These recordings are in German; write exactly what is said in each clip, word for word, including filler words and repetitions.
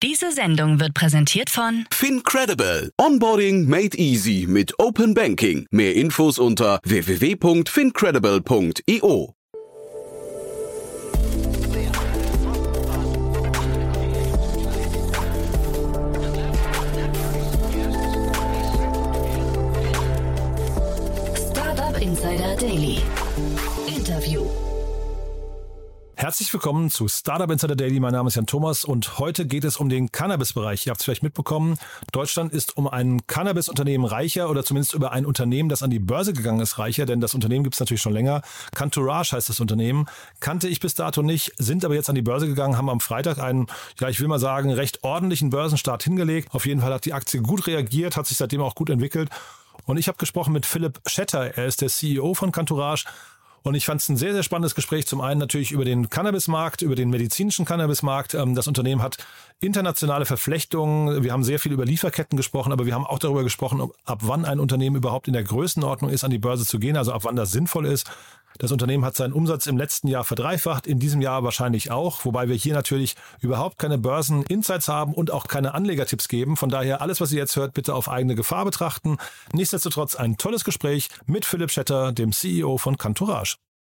Diese Sendung wird präsentiert von FinCredible. Onboarding made easy mit Open Banking. Mehr Infos unter w w w punkt fincredible punkt i o. Startup Insider Daily. Interview. Herzlich willkommen zu Startup Insider Daily. Mein Name ist Jan Thomas und heute geht es um den Cannabis-Bereich. Ihr habt es vielleicht mitbekommen, Deutschland ist um ein Cannabis-Unternehmen reicher oder zumindest über ein Unternehmen, das an die Börse gegangen ist, reicher, denn das Unternehmen gibt es natürlich schon länger. Cantourage heißt das Unternehmen, kannte ich bis dato nicht, sind aber jetzt an die Börse gegangen, haben am Freitag einen, ja ich will mal sagen, recht ordentlichen Börsenstart hingelegt. Auf jeden Fall hat die Aktie gut reagiert, hat sich seitdem auch gut entwickelt. Und ich habe gesprochen mit Philipp Schetter, er ist der C E O von Cantourage. Und ich fand es ein sehr, sehr spannendes Gespräch. Zum einen natürlich über den Cannabismarkt, über den medizinischen Cannabismarkt. Das Unternehmen hat internationale Verflechtungen. Wir haben sehr viel über Lieferketten gesprochen, aber wir haben auch darüber gesprochen, ab wann ein Unternehmen überhaupt in der Größenordnung ist, an die Börse zu gehen, also ab wann das sinnvoll ist. Das Unternehmen hat seinen Umsatz im letzten Jahr verdreifacht, in diesem Jahr wahrscheinlich auch, wobei wir hier natürlich überhaupt keine Börsen-Insights haben und auch keine Anlegertipps geben. Von daher alles, was ihr jetzt hört, bitte auf eigene Gefahr betrachten. Nichtsdestotrotz ein tolles Gespräch mit Philipp Schetter, dem C E O von Cantourage.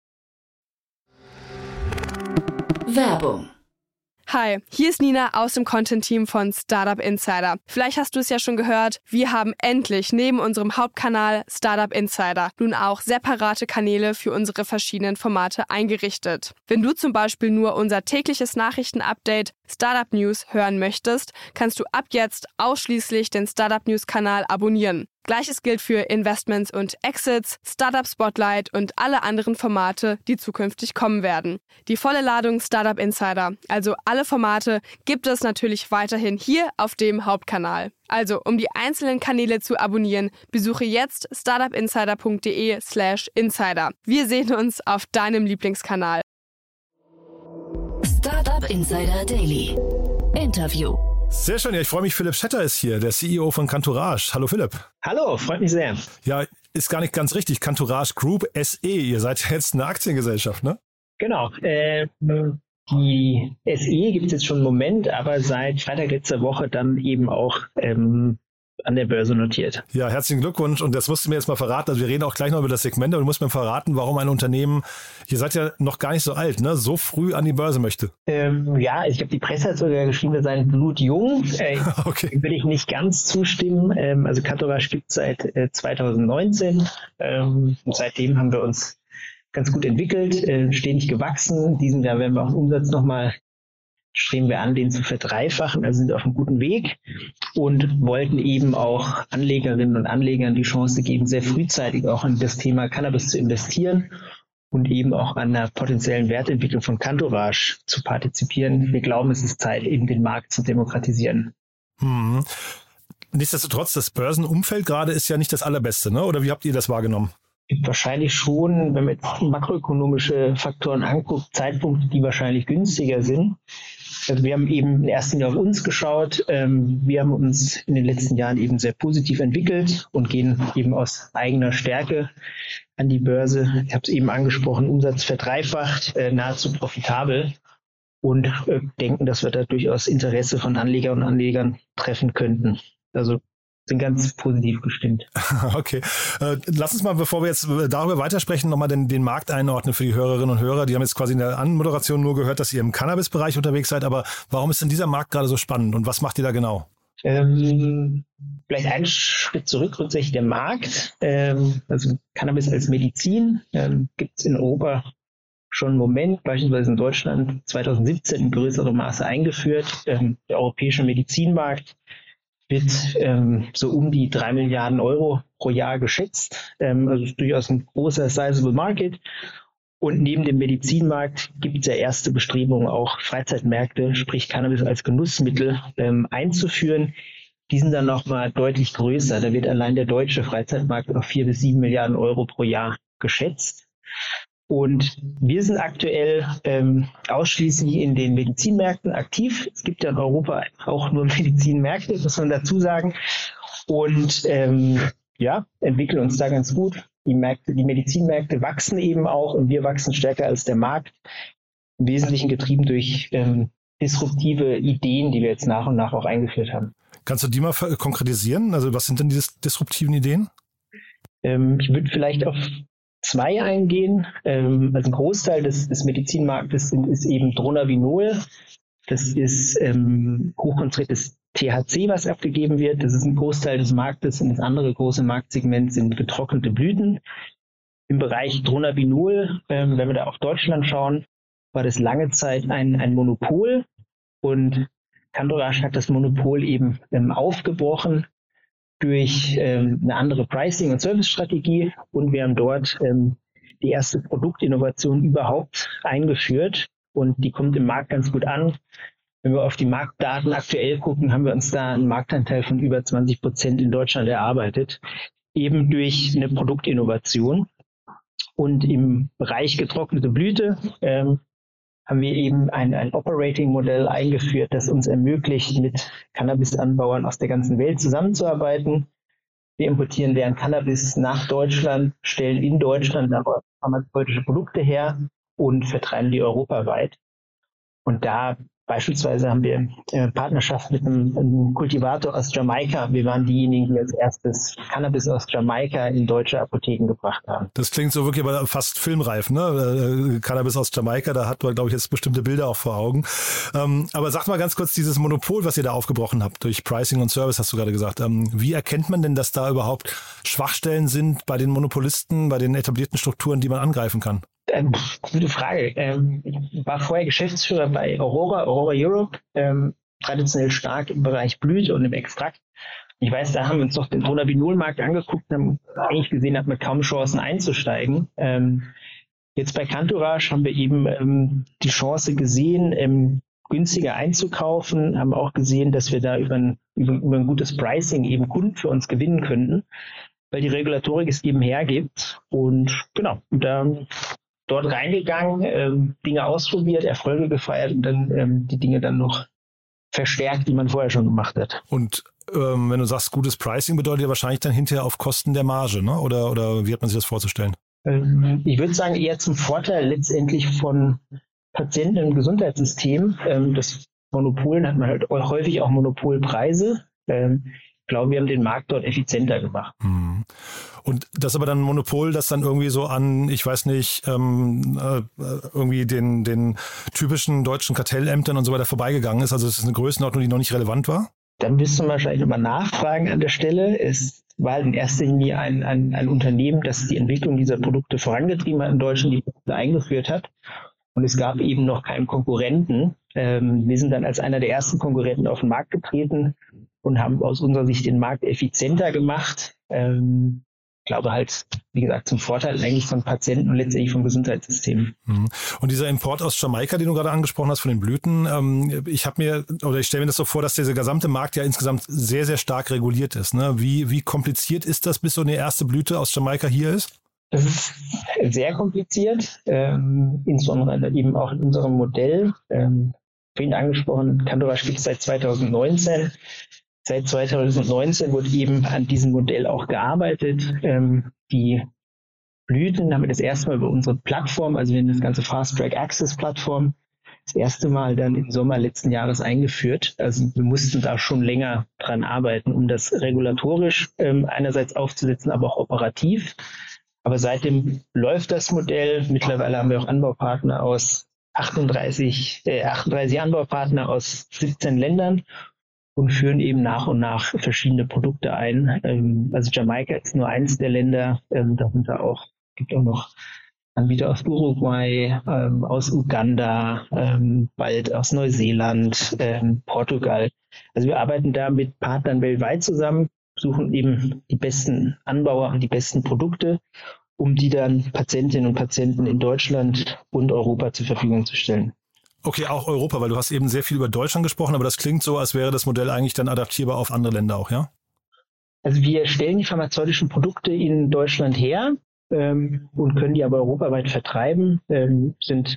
Werbung. Hi, hier ist Nina aus dem Content-Team von Startup Insider. Vielleicht hast du es ja schon gehört, wir haben endlich neben unserem Hauptkanal Startup Insider nun auch separate Kanäle für unsere verschiedenen Formate eingerichtet. Wenn du zum Beispiel nur unser tägliches Nachrichtenupdate Startup News hören möchtest, kannst du ab jetzt ausschließlich den Startup News-Kanal abonnieren. Gleiches gilt für Investments und Exits, Startup Spotlight und alle anderen Formate, die zukünftig kommen werden. Die volle Ladung Startup Insider, also alle Formate, gibt es natürlich weiterhin hier auf dem Hauptkanal. Also, um die einzelnen Kanäle zu abonnieren, besuche jetzt startupinsider punkt de slash insider. Wir sehen uns auf deinem Lieblingskanal. Startup Insider Daily. Interview. Sehr schön, ja, ich freue mich, Philipp Schetter ist hier, der C E O von Cantourage. Hallo Philipp. Hallo, freut mich sehr. Ja, ist gar nicht ganz richtig. Cantourage Group S E, ihr seid ja jetzt eine Aktiengesellschaft, ne? Genau, äh, die S E gibt es jetzt schon einen Moment, aber seit Freitag letzter Woche dann eben auch ähm, an der Börse notiert. Ja, herzlichen Glückwunsch und das musst du mir jetzt mal verraten, also wir reden auch gleich noch über das Segment, aber du musst mir verraten, warum ein Unternehmen, ihr seid ja noch gar nicht so alt, ne, so früh an die Börse möchte. Ähm, ja, ich glaube, die Presse hat sogar geschrieben, wir seien blutjung. Äh, okay. Würde ich nicht ganz zustimmen. Ähm, also Cantourage gibt es seit äh, zwanzig neunzehn ähm, und seitdem haben wir uns ganz gut entwickelt, äh, stetig gewachsen. Diesen Jahr werden wir auch den Umsatz nochmal streben wir an, den zu verdreifachen, also sind auf einem guten Weg und wollten eben auch Anlegerinnen und Anlegern die Chance geben, sehr frühzeitig auch in das Thema Cannabis zu investieren und eben auch an der potenziellen Wertentwicklung von Cantourage zu partizipieren. Wir glauben, es ist Zeit, eben den Markt zu demokratisieren. Hm. Nichtsdestotrotz, das Börsenumfeld gerade ist ja nicht das allerbeste, ne? Oder wie habt ihr das wahrgenommen? Wahrscheinlich schon, wenn man jetzt makroökonomische Faktoren anguckt, Zeitpunkte, die wahrscheinlich günstiger sind. Also wir haben eben im ersten Jahr auf uns geschaut. Wir haben uns in den letzten Jahren eben sehr positiv entwickelt und gehen eben aus eigener Stärke an die Börse. Ich habe es eben angesprochen, Umsatz verdreifacht, nahezu profitabel und denken, dass wir da durchaus Interesse von Anlegern und Anlegern treffen könnten. Also sind ganz positiv gestimmt. Okay. Äh, lass uns mal, bevor wir jetzt darüber weitersprechen, nochmal den, den Markt einordnen für die Hörerinnen und Hörer. Die haben jetzt quasi in der Anmoderation nur gehört, dass ihr im Cannabis-Bereich unterwegs seid. Aber warum ist denn dieser Markt gerade so spannend und was macht ihr da genau? Ähm, vielleicht einen Schritt zurück, grundsätzlich der Markt. Ähm, also Cannabis als Medizin ähm, gibt es in Europa schon einen Moment, beispielsweise in Deutschland zwanzig siebzehn in größerem Maße eingeführt. Ähm, der europäische Medizinmarkt wird ähm, so um die drei Milliarden Euro pro Jahr geschätzt. Ähm, also ist durchaus ein großer sizable Market. Und neben dem Medizinmarkt gibt es ja erste Bestrebungen, auch Freizeitmärkte, sprich Cannabis als Genussmittel ähm, einzuführen. Die sind dann nochmal deutlich größer. Da wird allein der deutsche Freizeitmarkt auf vier bis sieben Milliarden Euro pro Jahr geschätzt. Und wir sind aktuell ähm, ausschließlich in den Medizinmärkten aktiv. Es gibt ja in Europa auch nur Medizinmärkte, muss man dazu sagen. Und ähm, ja, entwickeln uns da ganz gut. Die Märkte, die Medizinmärkte wachsen eben auch und wir wachsen stärker als der Markt. Im Wesentlichen getrieben durch ähm, disruptive Ideen, die wir jetzt nach und nach auch eingeführt haben. Kannst du die mal konkretisieren? Also was sind denn diese disruptiven Ideen? Ähm, ich würde vielleicht auf zwei eingehen. Ähm, also ein Großteil des, des Medizinmarktes sind, ist eben Dronabinol. Das ist ähm, hochkonzentriertes T H C, was abgegeben wird. Das ist ein Großteil des Marktes. Und das andere große Marktsegment sind getrocknete Blüten. Im Bereich Dronabinol, ähm, wenn wir da auf Deutschland schauen, war das lange Zeit ein, ein Monopol. Und Cantourage hat das Monopol eben ähm, aufgebrochen durch ähm, eine andere Pricing- und Service-Strategie, und wir haben dort ähm, die erste Produktinnovation überhaupt eingeführt, und die kommt im Markt ganz gut an. Wenn wir auf die Marktdaten aktuell gucken, haben wir uns da einen Marktanteil von über zwanzig Prozent in Deutschland erarbeitet, eben durch eine Produktinnovation. Und im Bereich getrocknete Blüte ähm, haben wir eben ein, ein Operating-Modell eingeführt, das uns ermöglicht, mit Cannabis-Anbauern aus der ganzen Welt zusammenzuarbeiten. Wir importieren deren Cannabis nach Deutschland, stellen in Deutschland pharmazeutische Produkte her und vertreiben die europaweit. Und da beispielsweise haben wir eine Partnerschaft mit einem, einem Kultivator aus Jamaika. Wir waren diejenigen, die als erstes Cannabis aus Jamaika in deutsche Apotheken gebracht haben. Das klingt so wirklich aber fast filmreif, ne? Äh, Cannabis aus Jamaika, da hat man, glaube ich, jetzt bestimmte Bilder auch vor Augen. Ähm, aber sag mal ganz kurz, dieses Monopol, was ihr da aufgebrochen habt, durch Pricing und Service, hast du gerade gesagt. Ähm, wie erkennt man denn, dass da überhaupt Schwachstellen sind bei den Monopolisten, bei den etablierten Strukturen, die man angreifen kann? Ähm, gute Frage. Ähm, ich war vorher Geschäftsführer bei Aurora, Aurora Europe, ähm, traditionell stark im Bereich Blüte und im Extrakt. Ich weiß, da haben wir uns doch den Dronabinol-Markt angeguckt und haben eigentlich gesehen, hat man kaum Chancen einzusteigen. Ähm, jetzt bei Cantourage haben wir eben ähm, die Chance gesehen, ähm, günstiger einzukaufen, haben auch gesehen, dass wir da über ein, über, über ein gutes Pricing eben Kunden für uns gewinnen könnten, weil die Regulatorik es eben hergibt. Und genau, da dort reingegangen, ähm, Dinge ausprobiert, Erfolge gefeiert und dann ähm, die Dinge dann noch verstärkt, die man vorher schon gemacht hat. Und ähm, wenn du sagst, gutes Pricing, bedeutet ja wahrscheinlich dann hinterher auf Kosten der Marge, ne? Oder, oder wie hat man sich das vorzustellen? Ähm, ich würde sagen, eher zum Vorteil letztendlich von Patienten im Gesundheitssystem. Ähm, das Monopol hat man halt häufig auch Monopolpreise. Ähm, Ich glaube, wir haben den Markt dort effizienter gemacht. Und das ist aber dann ein Monopol, das dann irgendwie so an, ich weiß nicht, ähm, äh, irgendwie den, den typischen deutschen Kartellämtern und so weiter vorbeigegangen ist. Also es ist eine Größenordnung, die noch nicht relevant war? Dann müsste man wahrscheinlich nochmal nachfragen an der Stelle. Es war in erster Linie ein, ein, ein Unternehmen, das die Entwicklung dieser Produkte vorangetrieben hat, in Deutschland die Produkte eingeführt hat. Und es gab eben noch keinen Konkurrenten. Ähm, wir sind dann als einer der ersten Konkurrenten auf den Markt getreten und haben aus unserer Sicht den Markt effizienter gemacht. Ähm, ich glaube halt, wie gesagt, zum Vorteil eigentlich von Patienten und letztendlich vom Gesundheitssystem. Und dieser Import aus Jamaika, den du gerade angesprochen hast, von den Blüten, ähm, ich habe mir, oder ich stelle mir das so vor, dass dieser gesamte Markt ja insgesamt sehr, sehr stark reguliert ist. Ne? Wie, wie kompliziert ist das, bis so eine erste Blüte aus Jamaika hier ist? Das ist sehr kompliziert, ähm, insbesondere eben auch in unserem Modell. Ähm, vorhin angesprochen, Cantourage gibt es seit zweitausendneunzehn. Seit zweitausendneunzehn wurde eben an diesem Modell auch gearbeitet. Ähm, die Blüten haben wir das erste Mal über unsere Plattform, also wir nennen das ganze Fast Track Access Plattform, das erste Mal dann im Sommer letzten Jahres eingeführt. Also wir mussten da schon länger dran arbeiten, um das regulatorisch ähm, einerseits aufzusetzen, aber auch operativ. Aber seitdem läuft das Modell. Mittlerweile haben wir auch Anbaupartner aus achtunddreißig, äh, achtunddreißig Anbaupartner aus siebzehn Ländern und führen eben nach und nach verschiedene Produkte ein. Ähm, also Jamaika ist nur eins der Länder, ähm, darunter auch, gibt auch noch Anbieter aus Uruguay, ähm, aus Uganda, ähm, bald aus Neuseeland, ähm, Portugal. Also wir arbeiten da mit Partnern weltweit zusammen, suchen eben die besten Anbauer und die besten Produkte, um die dann Patientinnen und Patienten in Deutschland und Europa zur Verfügung zu stellen. Okay, auch Europa, weil du hast eben sehr viel über Deutschland gesprochen, aber das klingt so, als wäre das Modell eigentlich dann adaptierbar auf andere Länder auch, ja? Also wir stellen die pharmazeutischen Produkte in Deutschland her ähm, und können die aber europaweit vertreiben, ähm, sind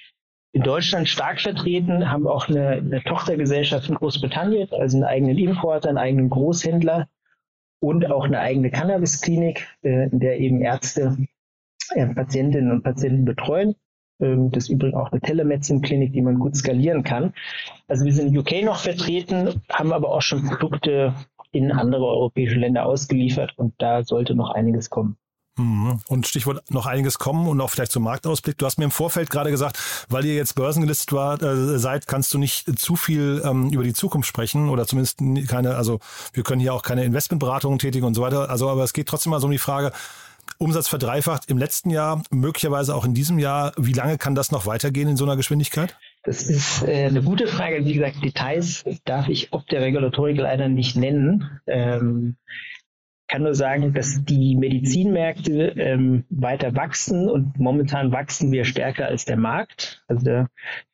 in Deutschland stark vertreten, haben auch eine, eine Tochtergesellschaft in Großbritannien, also einen eigenen Importer, einen eigenen Großhändler und auch eine eigene Cannabisklinik, äh, in der eben Ärzte äh, Patientinnen und Patienten betreuen. Ähm, das ist übrigens auch eine Telemedicine-Klinik, die man gut skalieren kann. Also wir sind in U K noch vertreten, haben aber auch schon Produkte in andere europäische Länder ausgeliefert und da sollte noch einiges kommen. Und Stichwort noch einiges kommen und auch vielleicht zum Marktausblick. Du hast mir im Vorfeld gerade gesagt, weil ihr jetzt börsengelistet war, äh, seid, kannst du nicht zu viel ähm, über die Zukunft sprechen oder zumindest keine, also wir können hier auch keine Investmentberatungen tätigen und so weiter. Also, aber es geht trotzdem mal so um die Frage, Umsatz verdreifacht im letzten Jahr, möglicherweise auch in diesem Jahr. Wie lange kann das noch weitergehen in so einer Geschwindigkeit? Das ist äh, eine gute Frage. Wie gesagt, Details darf ich ob der Regulatorik leider nicht nennen. Ähm, Ich kann nur sagen, dass die Medizinmärkte ähm, weiter wachsen und momentan wachsen wir stärker als der Markt. Also da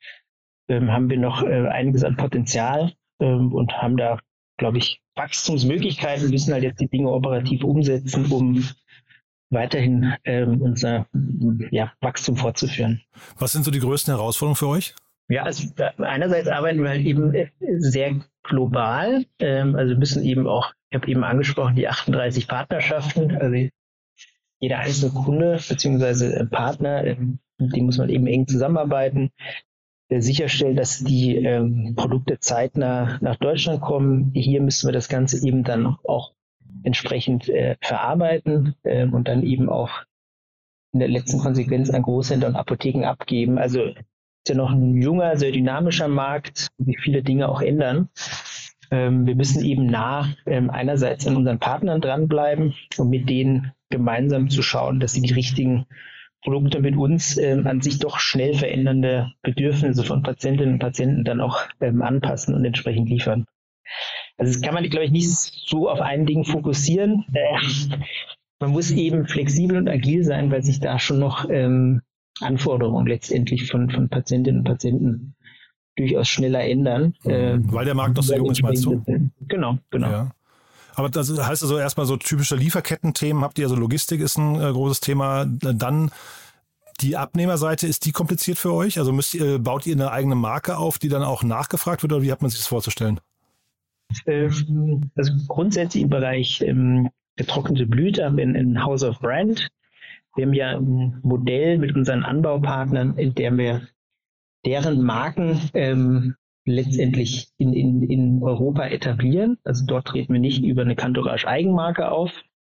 ähm, haben wir noch äh, einiges an Potenzial ähm, und haben da, glaube ich, Wachstumsmöglichkeiten, müssen halt jetzt die Dinge operativ umsetzen, um weiterhin ähm, unser ja, Wachstum fortzuführen. Was sind so die größten Herausforderungen für euch? Ja, also einerseits arbeiten wir halt eben sehr global. Ähm, also wir müssen eben auch, ich habe eben angesprochen, die achtunddreißig Partnerschaften, also jeder einzelne Kunde bzw. Partner, ähm, mit dem muss man eben eng zusammenarbeiten, äh, sicherstellen, dass die ähm, Produkte zeitnah nach Deutschland kommen. Hier müssen wir das Ganze eben dann auch entsprechend äh, verarbeiten äh, und dann eben auch in der letzten Konsequenz an Großhändler und Apotheken abgeben. Also ist ja noch ein junger, sehr dynamischer Markt, wie viele Dinge auch ändern. Ähm, wir müssen eben nah ähm, einerseits an unseren Partnern dranbleiben und mit denen gemeinsam zu schauen, dass sie die richtigen Produkte mit uns ähm, an sich doch schnell verändernde Bedürfnisse von Patientinnen und Patienten dann auch ähm, anpassen und entsprechend liefern. Also das kann man, glaube ich, nicht so auf ein Ding fokussieren. Äh, man muss eben flexibel und agil sein, weil sich da schon noch ähm, Anforderungen letztendlich von, von Patientinnen und Patienten durchaus schneller ändern. Äh, weil der Markt noch so jung ist, meinst du? Genau, genau. Ja. Aber das heißt also erstmal so typische Lieferkettenthemen habt ihr, also Logistik ist ein äh, großes Thema. Dann die Abnehmerseite, ist die kompliziert für euch? Also müsst ihr, baut ihr eine eigene Marke auf, die dann auch nachgefragt wird oder wie hat man sich das vorzustellen? Ähm, also grundsätzlich im Bereich ähm, getrocknete Blüte haben wir ein House of Brand. Wir haben ja ein Modell mit unseren Anbaupartnern, in dem wir deren Marken ähm, letztendlich in, in, in Europa etablieren. Also dort treten wir nicht über eine Cantourage Eigenmarke auf.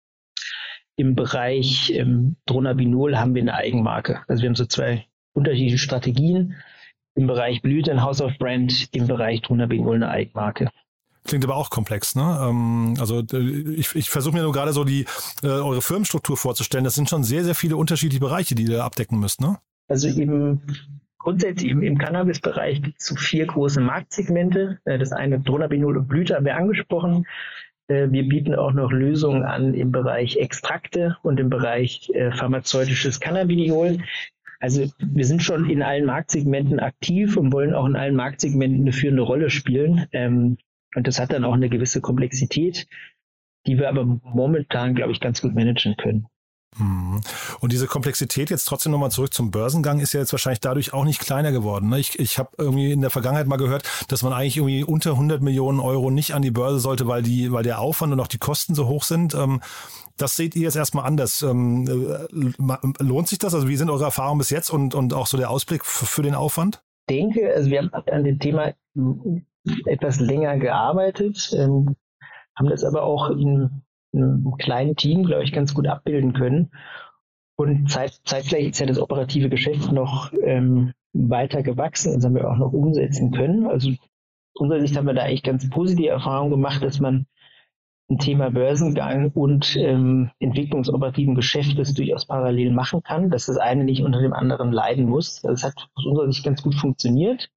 Im Bereich ähm, Dronabinol haben wir eine Eigenmarke. Also wir haben so zwei unterschiedliche Strategien. Im Bereich Blüte ein House of Brand, im Bereich Dronabinol eine Eigenmarke. Klingt aber auch komplex, ne? Ähm, also ich, ich versuche mir nur gerade so die äh, eure Firmenstruktur vorzustellen. Das sind schon sehr, sehr viele unterschiedliche Bereiche, die ihr abdecken müsst, ne? Also eben grundsätzlich im, im Cannabis-Bereich gibt es so vier große Marktsegmente. Das eine Dronabinol und Blüte haben wir angesprochen. Wir bieten auch noch Lösungen an im Bereich Extrakte und im Bereich äh, pharmazeutisches Cannabidiol. Also wir sind schon in allen Marktsegmenten aktiv und wollen auch in allen Marktsegmenten eine führende Rolle spielen. Ähm, Und das hat dann auch eine gewisse Komplexität, die wir aber momentan, glaube ich, ganz gut managen können. Und diese Komplexität, jetzt trotzdem nochmal zurück zum Börsengang, ist ja jetzt wahrscheinlich dadurch auch nicht kleiner geworden. Ne? Ich, ich habe irgendwie in der Vergangenheit mal gehört, dass man eigentlich irgendwie unter hundert Millionen Euro nicht an die Börse sollte, weil die, weil der Aufwand und auch die Kosten so hoch sind. Das seht ihr jetzt erstmal anders. Lohnt sich das? Also wie sind eure Erfahrungen bis jetzt und, und auch so der Ausblick für den Aufwand? Ich denke, also wir haben an dem Thema etwas länger gearbeitet, ähm, haben das aber auch in einem kleinen Team, glaube ich, ganz gut abbilden können. Und zeit, zeitgleich ist ja das operative Geschäft noch ähm, weiter gewachsen, das haben wir auch noch umsetzen können. Also aus unserer Sicht haben wir da eigentlich ganz positive Erfahrungen gemacht, dass man ein Thema Börsengang und ähm, entwicklungsoperativen Geschäftes durchaus parallel machen kann, dass das eine nicht unter dem anderen leiden muss. Das hat aus unserer Sicht ganz gut funktioniert.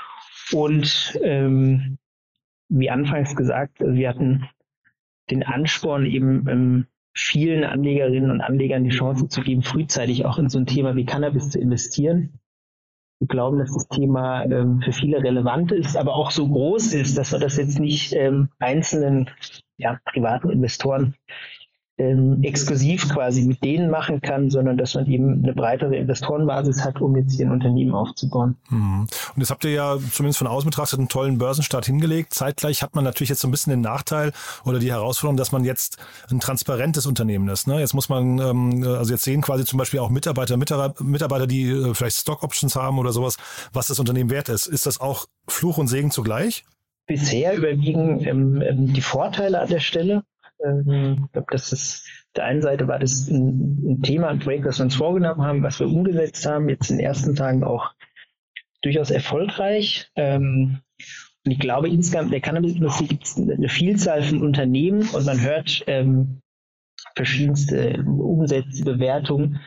Und ähm, wie anfangs gesagt, wir hatten den Ansporn, eben ähm, vielen Anlegerinnen und Anlegern die Chance zu geben, frühzeitig auch in so ein Thema wie Cannabis zu investieren. Wir glauben, dass das Thema ähm, für viele relevant ist, aber auch so groß ist, dass wir das jetzt nicht ähm, einzelnen ja, privaten Investoren ähm, exklusiv quasi mit denen machen kann, sondern dass man eben eine breitere Investorenbasis hat, um jetzt hier ein Unternehmen aufzubauen. Mhm. Und jetzt habt ihr ja zumindest von außen betrachtet einen tollen Börsenstart hingelegt. Zeitgleich hat man natürlich jetzt so ein bisschen den Nachteil oder die Herausforderung, dass man jetzt ein transparentes Unternehmen ist. Ne? Jetzt muss man, ähm, also jetzt sehen quasi zum Beispiel auch Mitarbeiter, Mitarbeiter, die äh, vielleicht Stock Options haben oder sowas, was das Unternehmen wert ist. Ist das auch Fluch und Segen zugleich? Bisher überwiegen ähm, die Vorteile an der Stelle. Ähm, ich glaube, das ist, auf der einen Seite war das ein, ein Thema, ein Projekt, das wir uns vorgenommen haben, was wir umgesetzt haben, jetzt in den ersten Tagen auch durchaus erfolgreich. Ähm, und ich glaube, insgesamt in der Cannabis-Industrie gibt es eine Vielzahl von Unternehmen und man hört ähm, verschiedenste Umsätze, Bewertungen.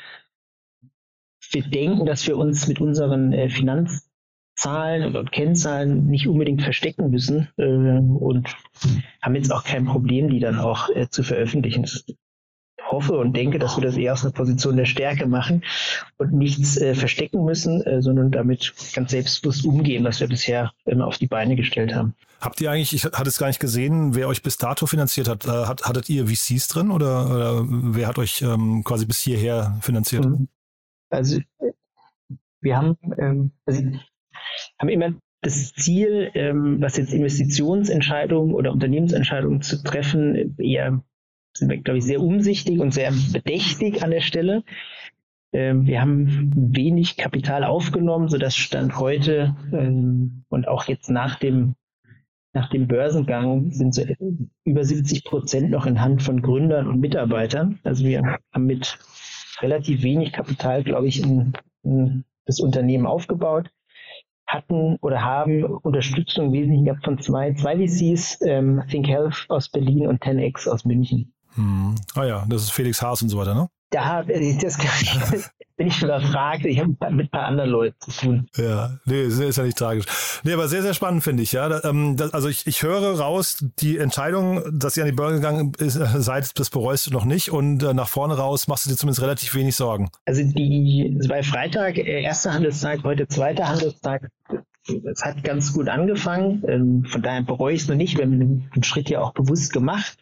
Wir denken, dass wir uns mit unseren äh, Finanz Zahlen und Kennzahlen nicht unbedingt verstecken müssen äh, und haben jetzt auch kein Problem, die dann auch äh, zu veröffentlichen. Ich hoffe und denke, dass wir das eher aus einer Position der Stärke machen und nichts äh, verstecken müssen, äh, sondern damit ganz selbstbewusst umgehen, was wir bisher immer auf die Beine gestellt haben. Habt ihr eigentlich, ich hatte es gar nicht gesehen, wer euch bis dato finanziert hat, äh, hat hattet ihr V Cs drin oder, oder wer hat euch ähm, quasi bis hierher finanziert? Also wir haben, ähm, also haben immer das Ziel, ähm, was jetzt Investitionsentscheidungen oder Unternehmensentscheidungen zu treffen, eher sind wir, glaube ich, sehr umsichtig und sehr bedächtig an der Stelle. Ähm, wir haben wenig Kapital aufgenommen, sodass Stand heute ähm, und auch jetzt nach dem, nach dem Börsengang sind so über siebzig Prozent noch in Hand von Gründern und Mitarbeitern. Also wir haben mit relativ wenig Kapital, glaube ich, in, in das Unternehmen aufgebaut. Hatten oder haben Unterstützung im Wesentlichen gehabt von zwei, zwei V Cs, ähm, Think Health aus Berlin und ten X aus München. Hm. Ah ja, das ist Felix Haas und so weiter, ne? Da das, bin ich überfragt. Ich habe mit ein paar anderen Leuten zu tun. Ja, nee, ist ja nicht tragisch. Nee, aber sehr, sehr spannend, finde ich. Ja, das, also ich, ich höre raus, die Entscheidung, dass ihr an die Börse gegangen seid, das bereust du noch nicht und nach vorne raus machst du dir zumindest relativ wenig Sorgen. Also die, es war Freitag, erster Handelstag, heute zweiter Handelstag. Es hat ganz gut angefangen. Von daher bereue ich es noch nicht. Wir haben den Schritt ja auch bewusst gemacht.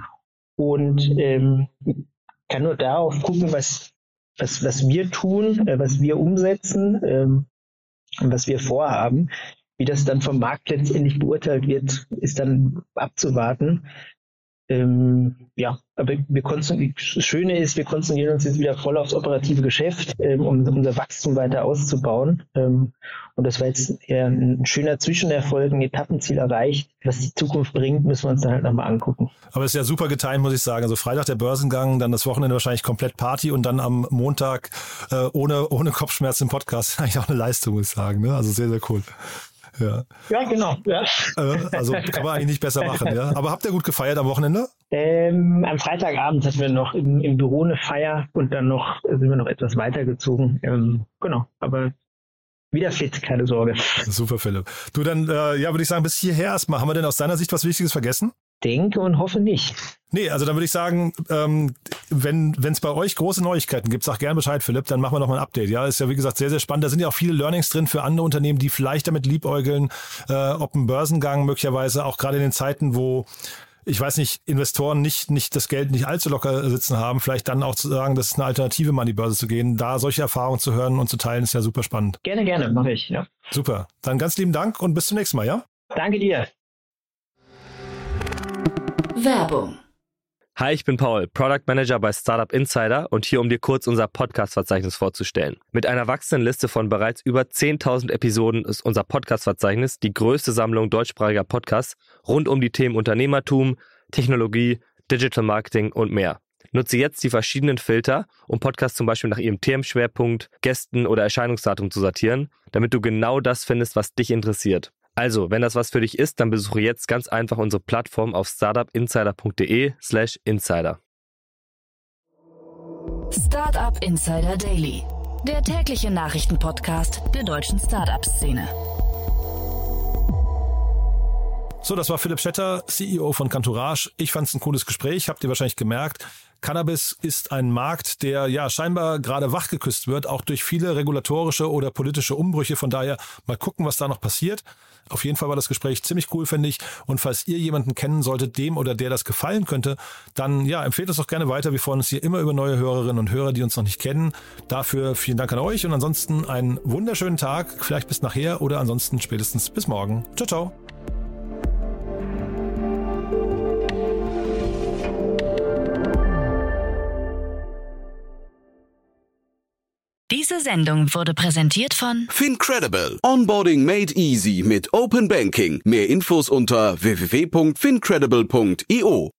Und ähm, kann nur darauf gucken, was, was, was wir tun, äh, was wir umsetzen ähm, und was wir vorhaben. Wie das dann vom Markt letztendlich beurteilt wird, ist dann abzuwarten. Ähm, ja, aber wir konzentrieren, das Schöne ist, wir konzentrieren uns jetzt wieder voll aufs operative Geschäft, ähm, um unser Wachstum weiter auszubauen. Ähm, und das war jetzt eher ein schöner Zwischenerfolg, ein Etappenziel erreicht. Was die Zukunft bringt, müssen wir uns dann halt nochmal angucken. Aber es ist ja super getimt, muss ich sagen. Also Freitag der Börsengang, dann das Wochenende wahrscheinlich komplett Party und dann am Montag äh, ohne, ohne Kopfschmerzen im Podcast. Eigentlich auch eine Leistung, muss ich sagen. Ne? Also sehr, sehr cool. Ja, ja genau. Ja. Also kann man eigentlich nicht besser machen. Ja. Aber habt ihr gut gefeiert am Wochenende? Ähm, am Freitagabend hatten wir noch im, im Büro eine Feier und dann noch sind wir noch etwas weitergezogen. Ähm, genau, aber wieder fit, keine Sorge. Super, Philipp. Du, dann äh, ja, würde ich sagen, bis hierher erstmal. Haben wir denn aus deiner Sicht was Wichtiges vergessen? Denke und hoffe nicht. Nee, also dann würde ich sagen, ähm, wenn wenn es bei euch große Neuigkeiten gibt, sag gerne Bescheid, Philipp, dann machen wir noch mal ein Update. Ja, ist ja wie gesagt sehr, sehr spannend. Da sind ja auch viele Learnings drin für andere Unternehmen, die vielleicht damit liebäugeln, äh, ob ein Börsengang möglicherweise auch gerade in den Zeiten, wo ich weiß nicht, Investoren nicht nicht das Geld nicht allzu locker sitzen haben, vielleicht dann auch zu sagen, das ist eine Alternative, mal an die Börse zu gehen. Da solche Erfahrungen zu hören und zu teilen, ist ja super spannend. Gerne, gerne, mache ich, ja. Super. Dann ganz lieben Dank und bis zum nächsten Mal, ja? Danke dir. Werbung. Hi, ich bin Paul, Product Manager bei Startup Insider und hier, um dir kurz unser Podcast-Verzeichnis vorzustellen. Mit einer wachsenden Liste von bereits über zehntausend Episoden ist unser Podcast-Verzeichnis die größte Sammlung deutschsprachiger Podcasts rund um die Themen Unternehmertum, Technologie, Digital Marketing und mehr. Nutze jetzt die verschiedenen Filter, um Podcasts zum Beispiel nach ihrem Themenschwerpunkt, Gästen oder Erscheinungsdatum zu sortieren, damit du genau das findest, was dich interessiert. Also, wenn das was für dich ist, dann besuche jetzt ganz einfach unsere Plattform auf startupinsider.de slash insider. Startup Insider Daily, der tägliche Nachrichtenpodcast der deutschen Startup-Szene. So, das war Philipp Schetter, C E O von Cantourage. Ich fand es ein cooles Gespräch, habt ihr wahrscheinlich gemerkt. Cannabis ist ein Markt, der ja scheinbar gerade wachgeküsst wird, auch durch viele regulatorische oder politische Umbrüche. Von daher mal gucken, was da noch passiert. Auf jeden Fall war das Gespräch ziemlich cool, finde ich. Und falls ihr jemanden kennen solltet, dem oder der das gefallen könnte, dann ja, empfehlt es doch gerne weiter. Wir freuen uns hier immer über neue Hörerinnen und Hörer, die uns noch nicht kennen. Dafür vielen Dank an euch und ansonsten einen wunderschönen Tag. Vielleicht bis nachher oder ansonsten spätestens bis morgen. Ciao, ciao. Diese Sendung wurde präsentiert von FinCredible. Onboarding made easy mit Open Banking. Mehr Infos unter w w w punkt fincredible punkt i o.